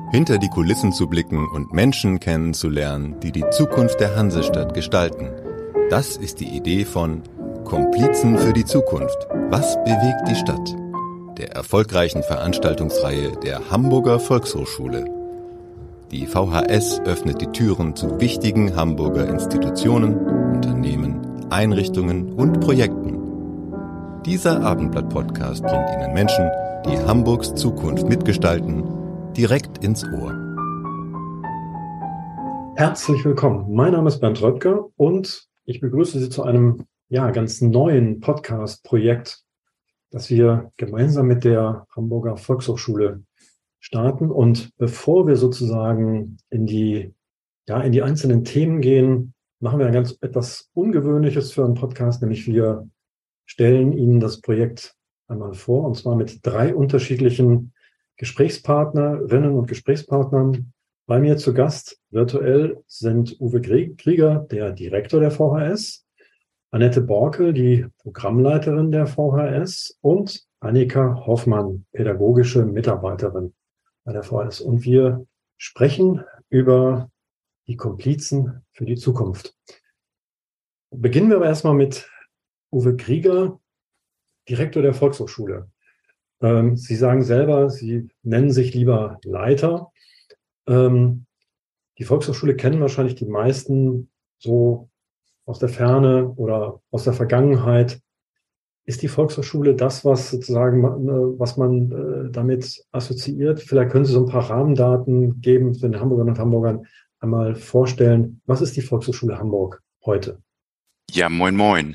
Hinter die Kulissen zu blicken und Menschen kennenzulernen, die die Zukunft der Hansestadt gestalten. Das ist die Idee von Komplizen für die Zukunft. Was bewegt die Stadt? Der erfolgreichen Veranstaltungsreihe der Hamburger Volkshochschule. Die VHS öffnet die Türen zu wichtigen Hamburger Institutionen, Unternehmen, Einrichtungen und Projekten. Dieser Abendblatt-Podcast bringt Ihnen Menschen, die Hamburgs Zukunft mitgestalten, direkt ins Ohr. Herzlich willkommen. Mein Name ist Bernd Röttger und ich begrüße Sie zu einem ganz neuen Podcast-Projekt, das wir gemeinsam mit der Hamburger Volkshochschule starten. Und bevor wir sozusagen in die einzelnen Themen gehen, machen wir etwas Ungewöhnliches für einen Podcast, nämlich wir stellen Ihnen das Projekt einmal vor, und zwar mit 3 unterschiedlichen Gesprächspartnerinnen und Gesprächspartnern. Bei mir zu Gast virtuell sind Uwe Krieger, der Direktor der VHS, Annette Borkel, die Programmleiterin der VHS, und Annika Hoffmann, pädagogische Mitarbeiterin bei der VHS. Und wir sprechen über die Komplizen für die Zukunft. Beginnen wir aber erstmal mit Uwe Krieger, Direktor der Volkshochschule. Sie sagen selber, Sie nennen sich lieber Leiter. Die Volkshochschule kennen wahrscheinlich die meisten so aus der Ferne oder aus der Vergangenheit. Ist die Volkshochschule das, was man damit assoziiert? Vielleicht können Sie so ein paar Rahmendaten geben, für den Hamburgerinnen und Hamburgern einmal vorstellen. Was ist die Volkshochschule Hamburg heute? Ja, moin.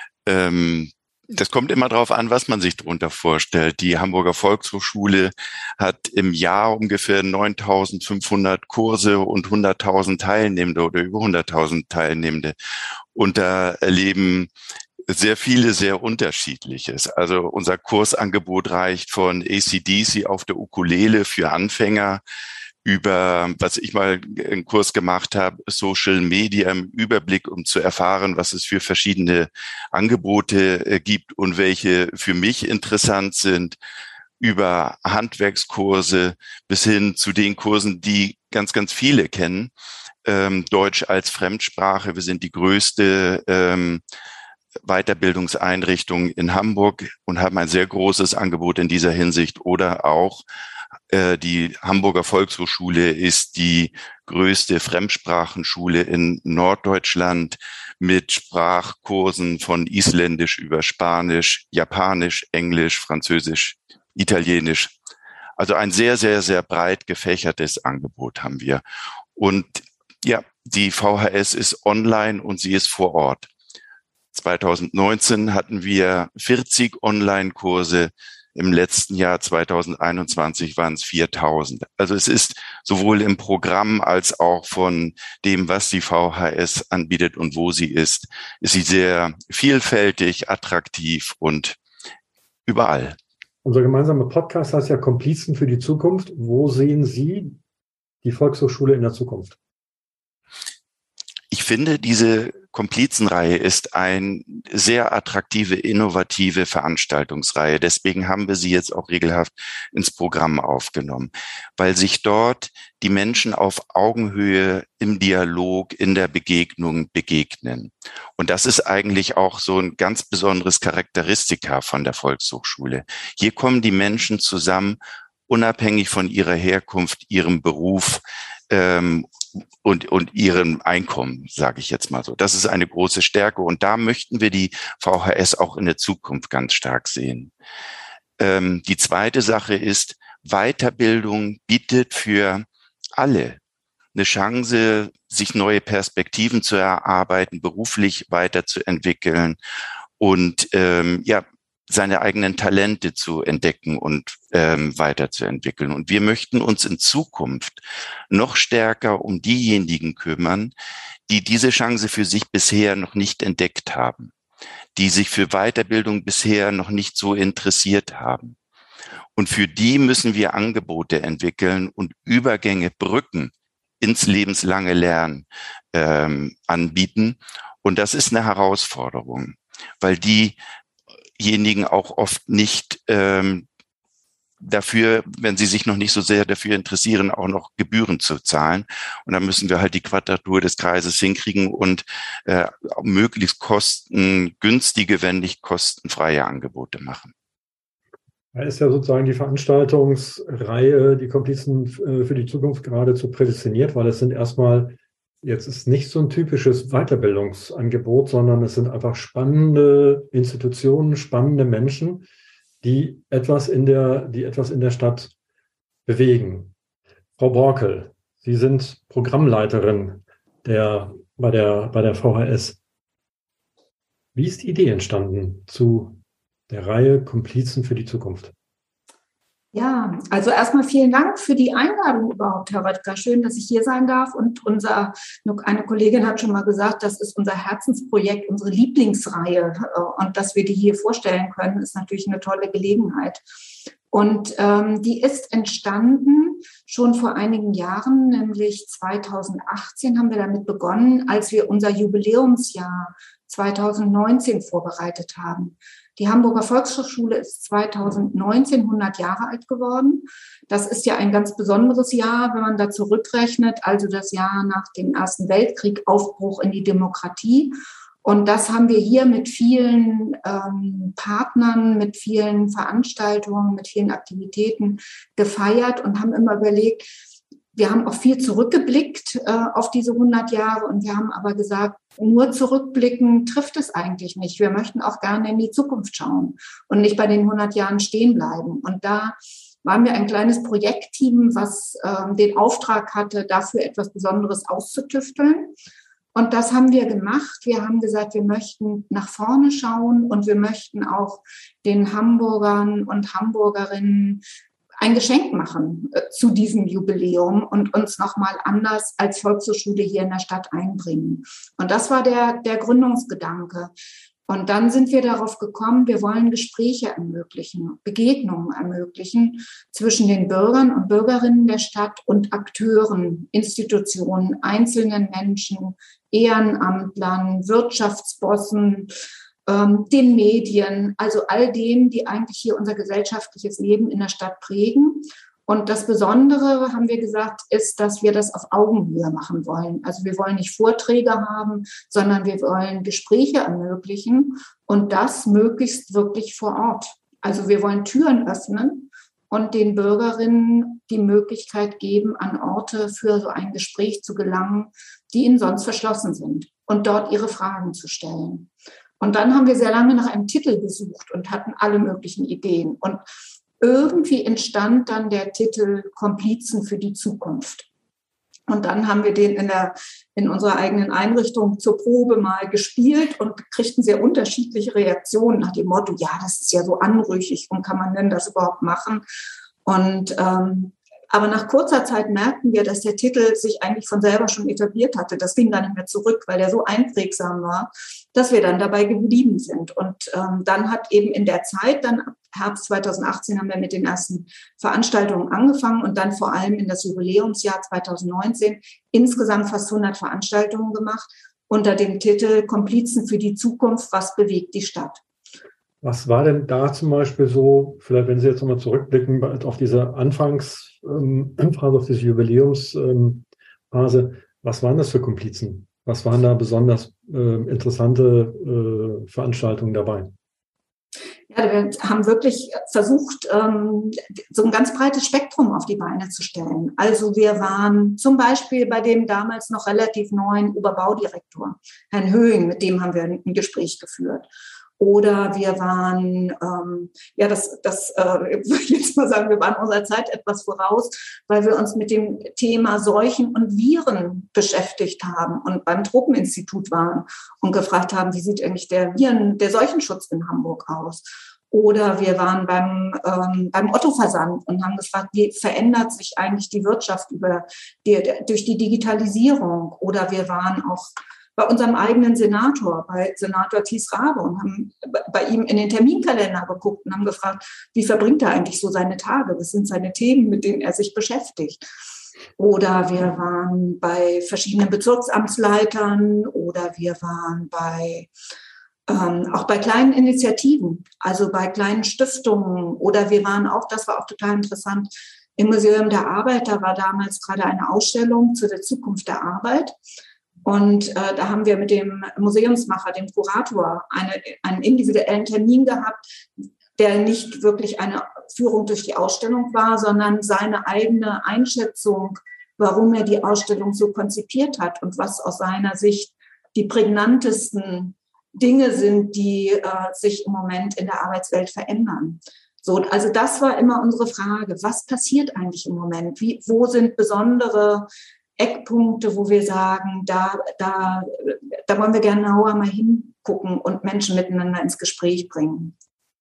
Das kommt immer darauf an, was man sich darunter vorstellt. Die Hamburger Volkshochschule hat im Jahr ungefähr 9.500 Kurse und 100.000 Teilnehmende oder über 100.000 Teilnehmende. Und da erleben sehr viele sehr Unterschiedliches. Also unser Kursangebot reicht von AC/DC auf der Ukulele für Anfänger über, was ich mal einen Kurs gemacht habe, Social Media im Überblick, um zu erfahren, was es für verschiedene Angebote gibt und welche für mich interessant sind, über Handwerkskurse bis hin zu den Kursen, die ganz, ganz viele kennen. Deutsch als Fremdsprache. Wir sind die größte Weiterbildungseinrichtung in Hamburg und haben ein sehr großes Angebot in dieser Hinsicht. Oder auch die Hamburger Volkshochschule ist die größte Fremdsprachenschule in Norddeutschland mit Sprachkursen von Isländisch über Spanisch, Japanisch, Englisch, Französisch, Italienisch. Also ein sehr, sehr, sehr breit gefächertes Angebot haben wir. Und ja, die VHS ist online und sie ist vor Ort. 2019 hatten wir 40 Online-Kurse. Im letzten Jahr 2021 waren es 4.000. Also es ist sowohl im Programm als auch von dem, was die VHS anbietet und wo sie ist sie sehr vielfältig, attraktiv und überall. Unser gemeinsamer Podcast heißt ja Komplizen für die Zukunft. Wo sehen Sie die Volkshochschule in der Zukunft? Ich finde, diese Komplizenreihe ist eine sehr attraktive, innovative Veranstaltungsreihe. Deswegen haben wir sie jetzt auch regelhaft ins Programm aufgenommen, weil sich dort die Menschen auf Augenhöhe im Dialog, in der Begegnung begegnen. Und das ist eigentlich auch so ein ganz besonderes Charakteristika von der Volkshochschule. Hier kommen die Menschen zusammen, unabhängig von ihrer Herkunft, ihrem Beruf, und ihrem Einkommen, sage ich jetzt mal so. Das ist eine große Stärke und da möchten wir die VHS auch in der Zukunft ganz stark sehen. Die zweite Sache ist, Weiterbildung bietet für alle eine Chance, sich neue Perspektiven zu erarbeiten, beruflich weiterzuentwickeln und seine eigenen Talente zu entdecken und weiterzuentwickeln. Und wir möchten uns in Zukunft noch stärker um diejenigen kümmern, die diese Chance für sich bisher noch nicht entdeckt haben, die sich für Weiterbildung bisher noch nicht so interessiert haben. Und für die müssen wir Angebote entwickeln und Übergänge, Brücken ins lebenslange Lernen anbieten. Und das ist eine Herausforderung, weil diejenigen auch oft nicht dafür, wenn sie sich noch nicht so sehr dafür interessieren, auch noch Gebühren zu zahlen. Und dann müssen wir halt die Quadratur des Kreises hinkriegen und möglichst kostengünstige, wenn nicht kostenfreie Angebote machen. Da ist ja sozusagen die Veranstaltungsreihe, die Komplizen für die Zukunft geradezu prädestiniert, weil es sind erstmal, jetzt ist nicht so ein typisches Weiterbildungsangebot, sondern es sind einfach spannende Institutionen, spannende Menschen, die etwas in der Stadt bewegen. Frau Borkel, Sie sind Programmleiterin bei der VHS. Wie ist die Idee entstanden zu der Reihe Komplizen für die Zukunft? Ja, also erstmal vielen Dank für die Einladung überhaupt, Herr Röttger. Schön, dass ich hier sein darf. Und eine Kollegin hat schon mal gesagt, das ist unser Herzensprojekt, unsere Lieblingsreihe. Und dass wir die hier vorstellen können, ist natürlich eine tolle Gelegenheit. Und die ist entstanden schon vor einigen Jahren, nämlich 2018 haben wir damit begonnen, als wir unser Jubiläumsjahr 2019 vorbereitet haben. Die Hamburger Volkshochschule ist 2019 100 Jahre alt geworden. Das ist ja ein ganz besonderes Jahr, wenn man da zurückrechnet, also das Jahr nach dem Ersten Weltkrieg, Aufbruch in die Demokratie. Und das haben wir hier mit vielen Partnern, mit vielen Veranstaltungen, mit vielen Aktivitäten gefeiert und haben immer überlegt, wir haben auch viel zurückgeblickt auf diese 100 Jahre und wir haben aber gesagt, nur zurückblicken trifft es eigentlich nicht. Wir möchten auch gerne in die Zukunft schauen und nicht bei den 100 Jahren stehen bleiben. Und da waren wir ein kleines Projektteam, was den Auftrag hatte, dafür etwas Besonderes auszutüfteln. Und das haben wir gemacht. Wir haben gesagt, wir möchten nach vorne schauen und wir möchten auch den Hamburgern und Hamburgerinnen ein Geschenk machen zu diesem Jubiläum und uns nochmal anders als Volkshochschule hier in der Stadt einbringen. Und das war der Gründungsgedanke. Und dann sind wir darauf gekommen, wir wollen Gespräche ermöglichen, Begegnungen ermöglichen zwischen den Bürgern und Bürgerinnen der Stadt und Akteuren, Institutionen, einzelnen Menschen, Ehrenamtlern, Wirtschaftsbossen, den Medien, also all denen, die eigentlich hier unser gesellschaftliches Leben in der Stadt prägen. Und das Besondere, haben wir gesagt, ist, dass wir das auf Augenhöhe machen wollen. Also wir wollen nicht Vorträge haben, sondern wir wollen Gespräche ermöglichen und das möglichst wirklich vor Ort. Also wir wollen Türen öffnen und den Bürgerinnen die Möglichkeit geben, an Orte für so ein Gespräch zu gelangen, die ihnen sonst verschlossen sind und dort ihre Fragen zu stellen. Und dann haben wir sehr lange nach einem Titel gesucht und hatten alle möglichen Ideen. Und irgendwie entstand dann der Titel Komplizen für die Zukunft. Und dann haben wir den in unserer eigenen Einrichtung zur Probe mal gespielt und kriegten sehr unterschiedliche Reaktionen nach dem Motto, ja, das ist ja so anrüchig und kann man denn das überhaupt machen? Und aber nach kurzer Zeit merkten wir, dass der Titel sich eigentlich von selber schon etabliert hatte. Das ging gar nicht mehr zurück, weil der so einprägsam war, dass wir dann dabei geblieben sind. Und dann hat eben in der Zeit, dann ab Herbst 2018 haben wir mit den ersten Veranstaltungen angefangen und dann vor allem in das Jubiläumsjahr 2019 insgesamt fast 100 Veranstaltungen gemacht unter dem Titel Komplizen für die Zukunft, was bewegt die Stadt? Was war denn da zum Beispiel so, vielleicht wenn Sie jetzt nochmal zurückblicken auf diese Anfangsphase, auf diese Jubiläumsphase, was waren das für Komplizen? Was waren da besonders interessante Veranstaltungen dabei? Ja, wir haben wirklich versucht, so ein ganz breites Spektrum auf die Beine zu stellen. Also wir waren zum Beispiel bei dem damals noch relativ neuen Oberbaudirektor, Herrn Höhing, mit dem haben wir ein Gespräch geführt. Oder wir waren, ich würde jetzt mal sagen, wir waren unserer Zeit etwas voraus, weil wir uns mit dem Thema Seuchen und Viren beschäftigt haben und beim Tropeninstitut waren und gefragt haben, wie sieht eigentlich der Seuchenschutz in Hamburg aus? Oder wir waren beim Otto-Versand und haben gefragt, wie verändert sich eigentlich die Wirtschaft durch die Digitalisierung? Oder wir waren auch bei unserem eigenen Senator, bei Senator Thies Rabe und haben bei ihm in den Terminkalender geguckt und haben gefragt, wie verbringt er eigentlich so seine Tage? Was sind seine Themen, mit denen er sich beschäftigt? Oder wir waren bei verschiedenen Bezirksamtsleitern oder wir waren bei Auch bei kleinen Initiativen, also bei kleinen Stiftungen oder wir waren auch, das war auch total interessant, im Museum der Arbeit, da war damals gerade eine Ausstellung zu der Zukunft der Arbeit. Und da haben wir mit dem Museumsmacher, dem Kurator, einen individuellen Termin gehabt, der nicht wirklich eine Führung durch die Ausstellung war, sondern seine eigene Einschätzung, warum er die Ausstellung so konzipiert hat und was aus seiner Sicht die prägnantesten Dinge sind, die sich im Moment in der Arbeitswelt verändern. So, also das war immer unsere Frage. Was passiert eigentlich im Moment? Wo sind besondere Eckpunkte, wo wir sagen, da wollen wir gerne genauer mal hingucken und Menschen miteinander ins Gespräch bringen?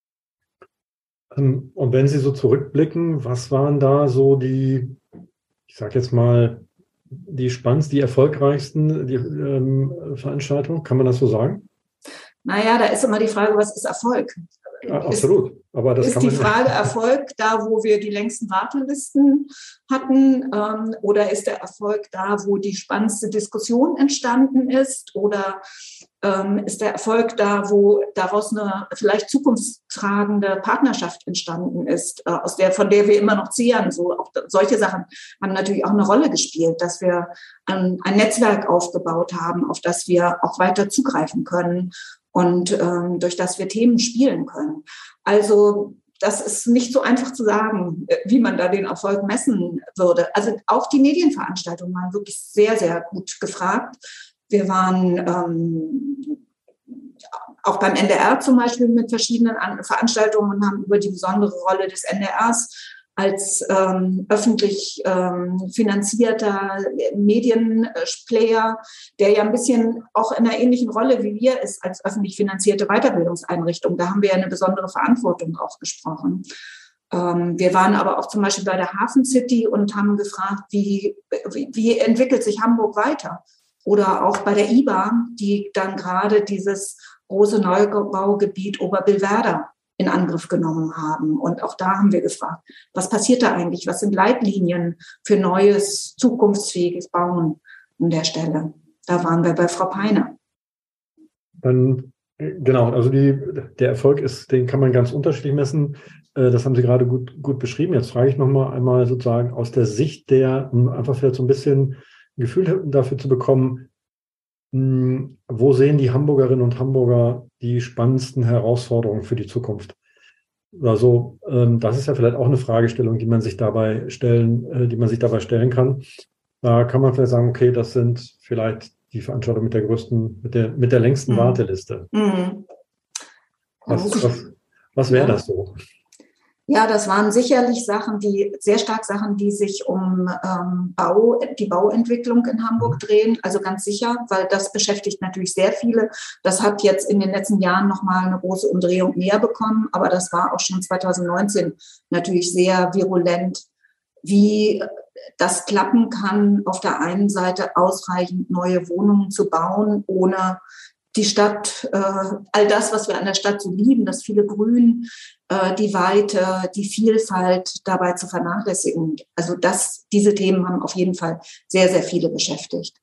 Und wenn Sie so zurückblicken, was waren da so die, ich sage jetzt mal, die spannendsten, die erfolgreichsten Veranstaltungen? Kann man das so sagen? Naja, da ist immer die Frage, was ist Erfolg? Ja, absolut. Aber das ist die Frage Erfolg da, wo wir die längsten Wartelisten hatten? Oder ist der Erfolg da, wo die spannendste Diskussion entstanden ist? Oder ist der Erfolg da, wo daraus eine vielleicht zukunftstragende Partnerschaft entstanden ist, von der wir immer noch zehren? So, auch solche Sachen haben natürlich auch eine Rolle gespielt, dass wir ein Netzwerk aufgebaut haben, auf das wir auch weiter zugreifen können und durch das wir Themen spielen können. Also das ist nicht so einfach zu sagen, wie man da den Erfolg messen würde. Also auch die Medienveranstaltungen waren wirklich sehr, sehr gut gefragt. Wir waren auch beim NDR zum Beispiel mit verschiedenen Veranstaltungen und haben über die besondere Rolle des NDRs als öffentlich finanzierter Medienplayer, der ja ein bisschen auch in einer ähnlichen Rolle wie wir ist als öffentlich finanzierte Weiterbildungseinrichtung. Da haben wir ja eine besondere Verantwortung auch gesprochen. Wir waren aber auch zum Beispiel bei der Hafen City und haben gefragt, wie entwickelt sich Hamburg weiter? Oder auch bei der IBA, die dann gerade dieses große Neubaugebiet Oberbillwerder in Angriff genommen haben. Und auch da haben wir gefragt, was passiert da eigentlich? Was sind Leitlinien für neues, zukunftsfähiges Bauen an der Stelle? Da waren wir bei Frau Peiner. Dann, genau, also der Erfolg den kann man ganz unterschiedlich messen. Das haben Sie gerade gut beschrieben. Jetzt frage ich nochmal einmal sozusagen aus der Sicht um einfach vielleicht so ein bisschen ein Gefühl dafür zu bekommen, wo sehen die Hamburgerinnen und Hamburger die spannendsten Herausforderungen für die Zukunft? Also das ist ja vielleicht auch eine Fragestellung, die man sich dabei stellen kann. Da kann man vielleicht sagen, okay, das sind vielleicht die Veranstaltungen mit der längsten Warteliste. Mhm. Was wäre das so? Ja, das waren sicherlich Sachen, die sich um die Bauentwicklung in Hamburg drehen. Also ganz sicher, weil das beschäftigt natürlich sehr viele. Das hat jetzt in den letzten Jahren nochmal eine große Umdrehung mehr bekommen. Aber das war auch schon 2019 natürlich sehr virulent, wie das klappen kann, auf der einen Seite ausreichend neue Wohnungen zu bauen, ohne die Stadt, all das, was wir an der Stadt so lieben, das viele Grün, die Weite, die Vielfalt dabei zu vernachlässigen. Also diese Themen haben auf jeden Fall sehr, sehr viele beschäftigt.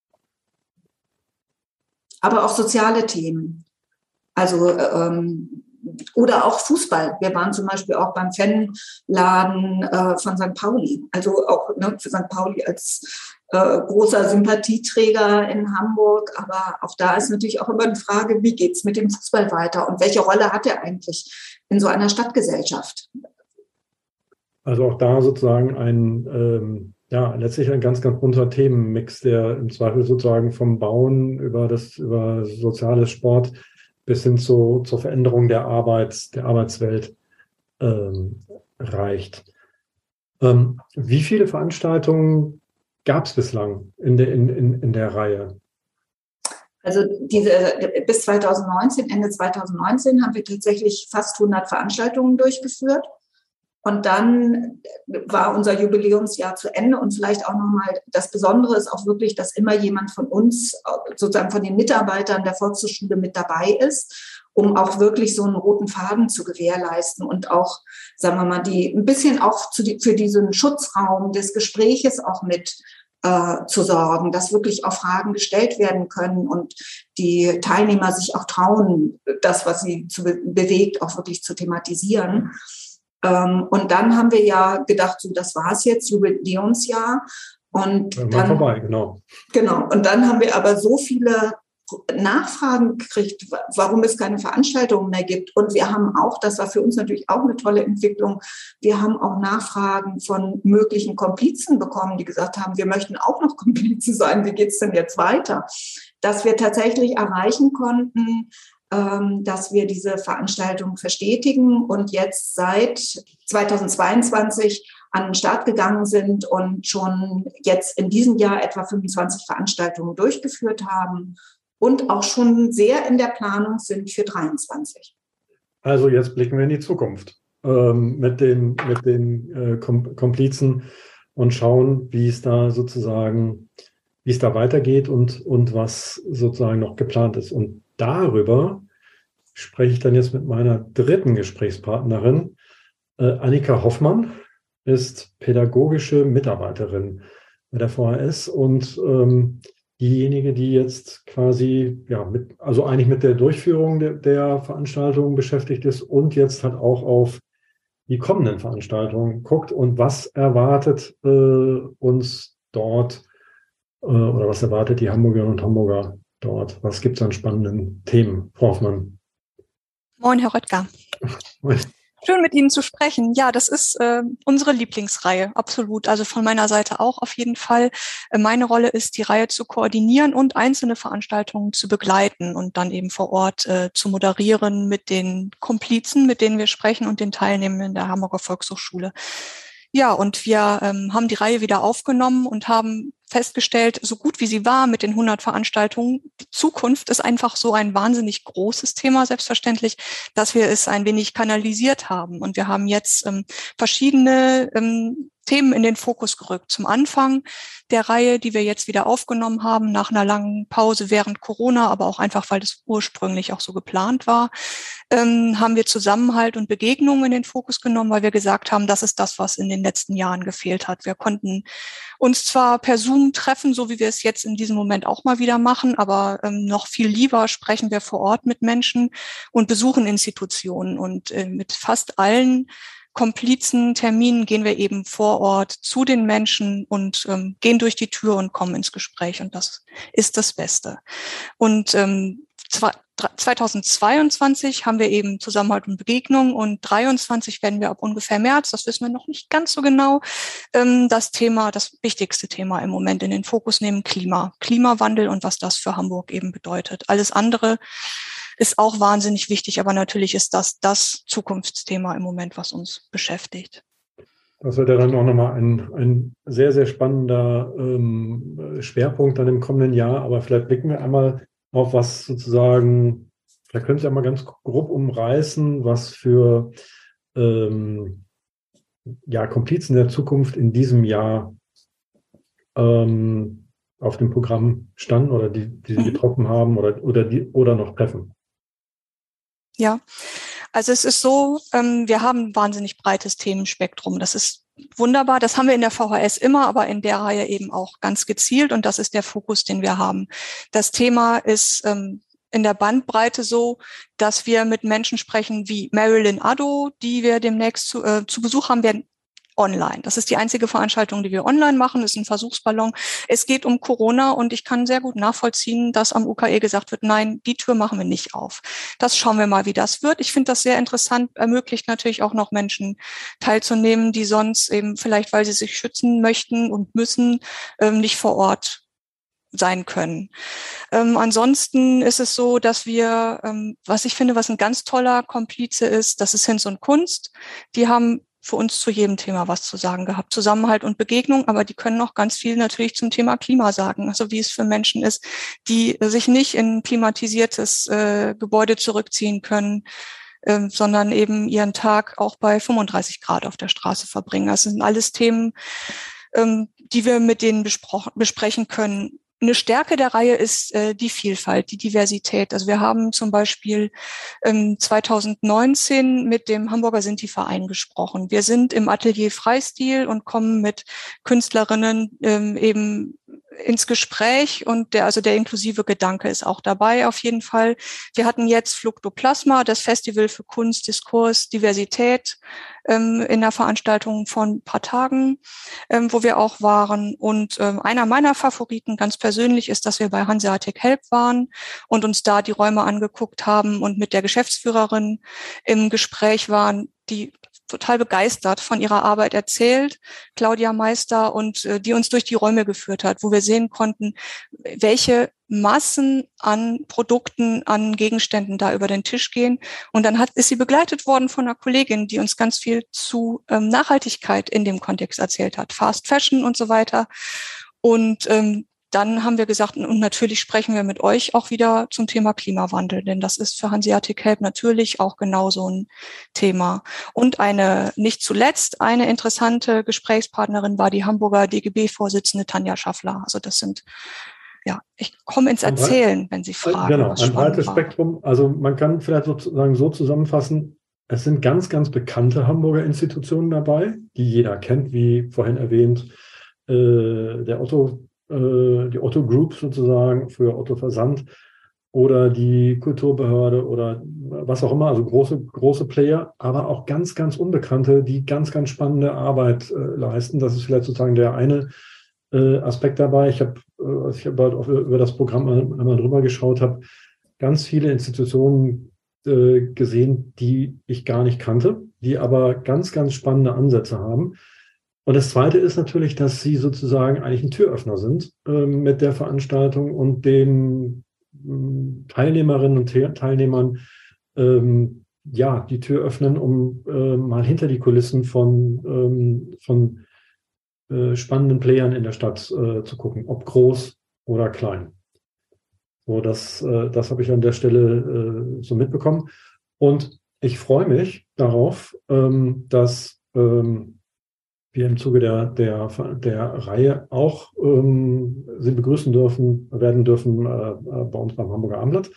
Aber auch soziale Themen. Also oder auch Fußball. Wir waren zum Beispiel auch beim Fanladen von St. Pauli. Also auch für St. Pauli als großer Sympathieträger in Hamburg. Aber auch da ist natürlich auch immer die Frage, wie geht's mit dem Fußball weiter und welche Rolle hat er eigentlich in so einer Stadtgesellschaft? Also auch da sozusagen letztlich ein ganz, ganz bunter Themenmix, der im Zweifel sozusagen vom Bauen über soziales Sport bis hin zur Veränderung der Arbeitswelt reicht. Wie viele Veranstaltungen gab es bislang in der Reihe? Also bis 2019, Ende 2019 haben wir tatsächlich fast 100 Veranstaltungen durchgeführt. Und dann war unser Jubiläumsjahr zu Ende. Und vielleicht auch nochmal, das Besondere ist auch wirklich, dass immer jemand von uns, sozusagen von den Mitarbeitern der Volkshochschule mit dabei ist, um auch wirklich so einen roten Faden zu gewährleisten und auch, sagen wir mal, ein bisschen auch für diesen Schutzraum des Gespräches auch mit zu sorgen, dass wirklich auch Fragen gestellt werden können und die Teilnehmer sich auch trauen, das, was sie bewegt, auch wirklich zu thematisieren. Und dann haben wir ja gedacht, so, das war es jetzt, Jubiläumsjahr. Und dann vorbei, genau. Genau. Und dann haben wir aber so viele Nachfragen gekriegt, warum es keine Veranstaltungen mehr gibt. Und wir haben auch, das war für uns natürlich auch eine tolle Entwicklung, wir haben auch Nachfragen von möglichen Komplizen bekommen, die gesagt haben, wir möchten auch noch Komplize sein, wie geht's denn jetzt weiter? Dass wir tatsächlich erreichen konnten, dass wir diese Veranstaltung verstetigen und jetzt seit 2022 an den Start gegangen sind und schon jetzt in diesem Jahr etwa 25 Veranstaltungen durchgeführt haben und auch schon sehr in der Planung sind für 23. Also jetzt blicken wir in die Zukunft mit den Komplizen und schauen, wie es da weitergeht und was sozusagen noch geplant ist. Und darüber spreche ich dann jetzt mit meiner dritten Gesprächspartnerin. Annika Hoffmann ist pädagogische Mitarbeiterin bei der VHS und diejenige, die jetzt quasi eigentlich mit der Durchführung der Veranstaltung beschäftigt ist und jetzt halt auch auf die kommenden Veranstaltungen guckt und was erwartet uns dort oder was erwartet die Hamburgerinnen und Hamburger dort? Was gibt es an spannenden Themen? Frau Hoffmann. Moin, Herr Röttger. Moin. Schön, mit Ihnen zu sprechen. Ja, das ist unsere Lieblingsreihe, absolut. Also von meiner Seite auch auf jeden Fall. Meine Rolle ist, die Reihe zu koordinieren und einzelne Veranstaltungen zu begleiten und dann eben vor Ort zu moderieren mit den Komplizen, mit denen wir sprechen und den Teilnehmenden der Hamburger Volkshochschule. Ja, und wir haben die Reihe wieder aufgenommen und haben festgestellt, so gut wie sie war mit den 100 Veranstaltungen, die Zukunft ist einfach so ein wahnsinnig großes Thema, selbstverständlich, dass wir es ein wenig kanalisiert haben. Und wir haben jetzt verschiedene Themen in den Fokus gerückt. Zum Anfang der Reihe, die wir jetzt wieder aufgenommen haben, nach einer langen Pause während Corona, aber auch einfach, weil das ursprünglich auch so geplant war, haben wir Zusammenhalt und Begegnungen in den Fokus genommen, weil wir gesagt haben, das ist das, was in den letzten Jahren gefehlt hat. Wir konnten uns zwar per Zoom treffen, so wie wir es jetzt in diesem Moment auch mal wieder machen, aber noch viel lieber sprechen wir vor Ort mit Menschen und besuchen Institutionen. Und mit fast allen Komplizenterminen gehen wir eben vor Ort zu den Menschen und gehen durch die Tür und kommen ins Gespräch. Und das ist das Beste. Und 2022 haben wir eben Zusammenhalt und Begegnung und 2023 werden wir ab ungefähr März, das wissen wir noch nicht ganz so genau, das wichtigste Thema im Moment in den Fokus nehmen, Klimawandel und was das für Hamburg eben bedeutet. Alles andere ist auch wahnsinnig wichtig, aber natürlich ist das Zukunftsthema im Moment, was uns beschäftigt. Das wird ja dann auch nochmal ein sehr, sehr spannender Schwerpunkt dann im kommenden Jahr, aber vielleicht blicken wir einmal auf was sozusagen, vielleicht können Sie ja mal ganz grob umreißen, was für Komplizen der Zukunft in diesem Jahr auf dem Programm standen oder die Sie getroffen haben oder noch treffen. Ja, also es ist so, wir haben ein wahnsinnig breites Themenspektrum. Das ist wunderbar. Das haben wir in der VHS immer, aber in der Reihe eben auch ganz gezielt. Und das ist der Fokus, den wir haben. Das Thema ist in der Bandbreite so, dass wir mit Menschen sprechen wie Marilyn Addo, die wir demnächst zu Besuch haben werden. Online. Das ist die einzige Veranstaltung, die wir online machen. Das ist ein Versuchsballon. Es geht um Corona und ich kann sehr gut nachvollziehen, dass am UKE gesagt wird, nein, die Tür machen wir nicht auf. Das schauen wir mal, wie das wird. Ich finde das sehr interessant, ermöglicht natürlich auch noch Menschen teilzunehmen, die sonst eben vielleicht, weil sie sich schützen möchten und müssen, nicht vor Ort sein können. Ansonsten ist es so, dass wir, was ich finde, was ein ganz toller Komplize ist, das ist Hinz und Kunst. Die haben für uns zu jedem Thema was zu sagen gehabt. Zusammenhalt und Begegnung, aber die können auch ganz viel natürlich zum Thema Klima sagen. Also wie es für Menschen ist, die sich nicht in ein klimatisiertes Gebäude zurückziehen können, sondern eben ihren Tag auch bei 35 Grad auf der Straße verbringen. Das sind alles Themen, die wir mit denen besprechen können. Eine Stärke der Reihe ist die Vielfalt, die Diversität. Also wir haben zum Beispiel 2019 mit dem Hamburger Sinti-Verein gesprochen. Wir sind im Atelier Freistil und kommen mit Künstlerinnen eben ins Gespräch und der inklusive Gedanke ist auch dabei auf jeden Fall. Wir hatten jetzt Fluktoplasma, das Festival für Kunst, Diskurs, Diversität in der Veranstaltung von ein paar Tagen, wo wir auch waren. Und einer meiner Favoriten ganz persönlich ist, dass wir bei Hanseatic Help waren und uns da die Räume angeguckt haben und mit der Geschäftsführerin im Gespräch waren, die total begeistert von ihrer Arbeit erzählt, Claudia Meister, und die uns durch die Räume geführt hat, wo wir sehen konnten, welche Massen an Produkten, an Gegenständen da über den Tisch gehen. Und dann ist sie begleitet worden von einer Kollegin, die uns ganz viel zu Nachhaltigkeit in dem Kontext erzählt hat, Fast Fashion und so weiter. Und dann haben wir gesagt, und natürlich sprechen wir mit euch auch wieder zum Thema Klimawandel, denn das ist für Hanseatic Help natürlich auch genauso ein Thema. Und nicht zuletzt, eine interessante Gesprächspartnerin war die Hamburger DGB-Vorsitzende Tanja Schaffler. Also das sind, ich komme ins Erzählen, wenn Sie fragen. Genau, ein breites Spektrum. Also man kann vielleicht sozusagen so zusammenfassen, es sind ganz, ganz bekannte Hamburger Institutionen dabei, die jeder kennt, wie vorhin erwähnt, die Otto Group sozusagen, früher Otto Versand, oder die Kulturbehörde oder was auch immer, also große Player, aber auch ganz, ganz Unbekannte, die ganz, ganz spannende Arbeit leisten. Das ist vielleicht sozusagen der eine Aspekt dabei. Ich habe halt auch über das Programm einmal drüber geschaut, habe ganz viele Institutionen gesehen, die ich gar nicht kannte, die aber ganz, ganz spannende Ansätze haben. Und das Zweite ist natürlich, dass sie sozusagen eigentlich ein Türöffner sind mit der Veranstaltung und den Teilnehmerinnen und Teilnehmern die Tür öffnen, um mal hinter die Kulissen von spannenden Playern in der Stadt zu gucken, ob groß oder klein. So, das habe ich an der Stelle so mitbekommen. Und ich freue mich darauf, dass wir im Zuge der Reihe auch Sie begrüßen werden dürfen bei uns beim Hamburger Abendblatt.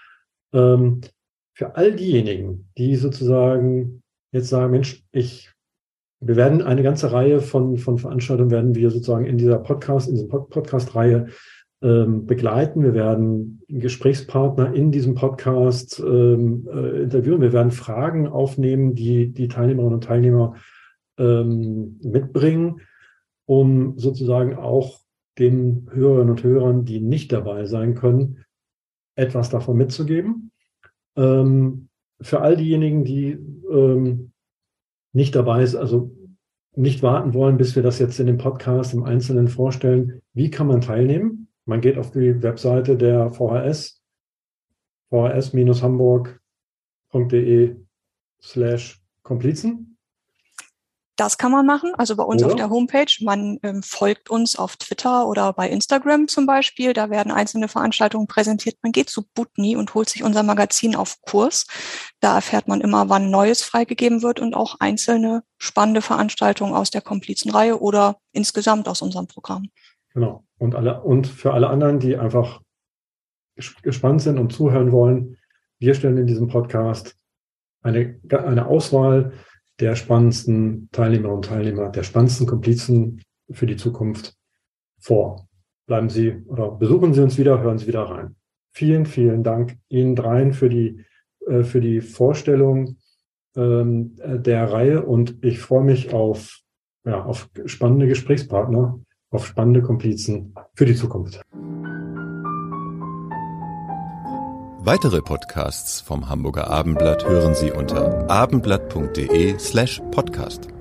Für all diejenigen, die sozusagen jetzt sagen, Mensch, wir werden eine ganze Reihe von Veranstaltungen werden wir sozusagen in dieser Podcast-Reihe begleiten. Wir werden Gesprächspartner in diesem Podcast interviewen. Wir werden Fragen aufnehmen, die Teilnehmerinnen und Teilnehmer mitbringen, um sozusagen auch den Hörerinnen und Hörern, die nicht dabei sein können, etwas davon mitzugeben. Für all diejenigen, die nicht dabei sind, also nicht warten wollen, bis wir das jetzt in dem Podcast im Einzelnen vorstellen, wie kann man teilnehmen? Man geht auf die Webseite der VHS, vhs-hamburg.de/Komplizen. Das kann man machen, also bei uns auf der Homepage. Man folgt uns auf Twitter oder bei Instagram zum Beispiel. Da werden einzelne Veranstaltungen präsentiert. Man geht zu Butni und holt sich unser Magazin auf Kurs. Da erfährt man immer, wann Neues freigegeben wird und auch einzelne spannende Veranstaltungen aus der Komplizenreihe oder insgesamt aus unserem Programm. Genau. Und für alle anderen, die einfach gespannt sind und zuhören wollen, wir stellen in diesem Podcast eine Auswahl der spannendsten Teilnehmerinnen und Teilnehmer, der spannendsten Komplizen für die Zukunft vor. Bleiben Sie oder besuchen Sie uns wieder, hören Sie wieder rein. Vielen, vielen Dank Ihnen dreien für die Vorstellung der Reihe und ich freue mich auf spannende Gesprächspartner, auf spannende Komplizen für die Zukunft. Weitere Podcasts vom Hamburger Abendblatt hören Sie unter abendblatt.de/podcast.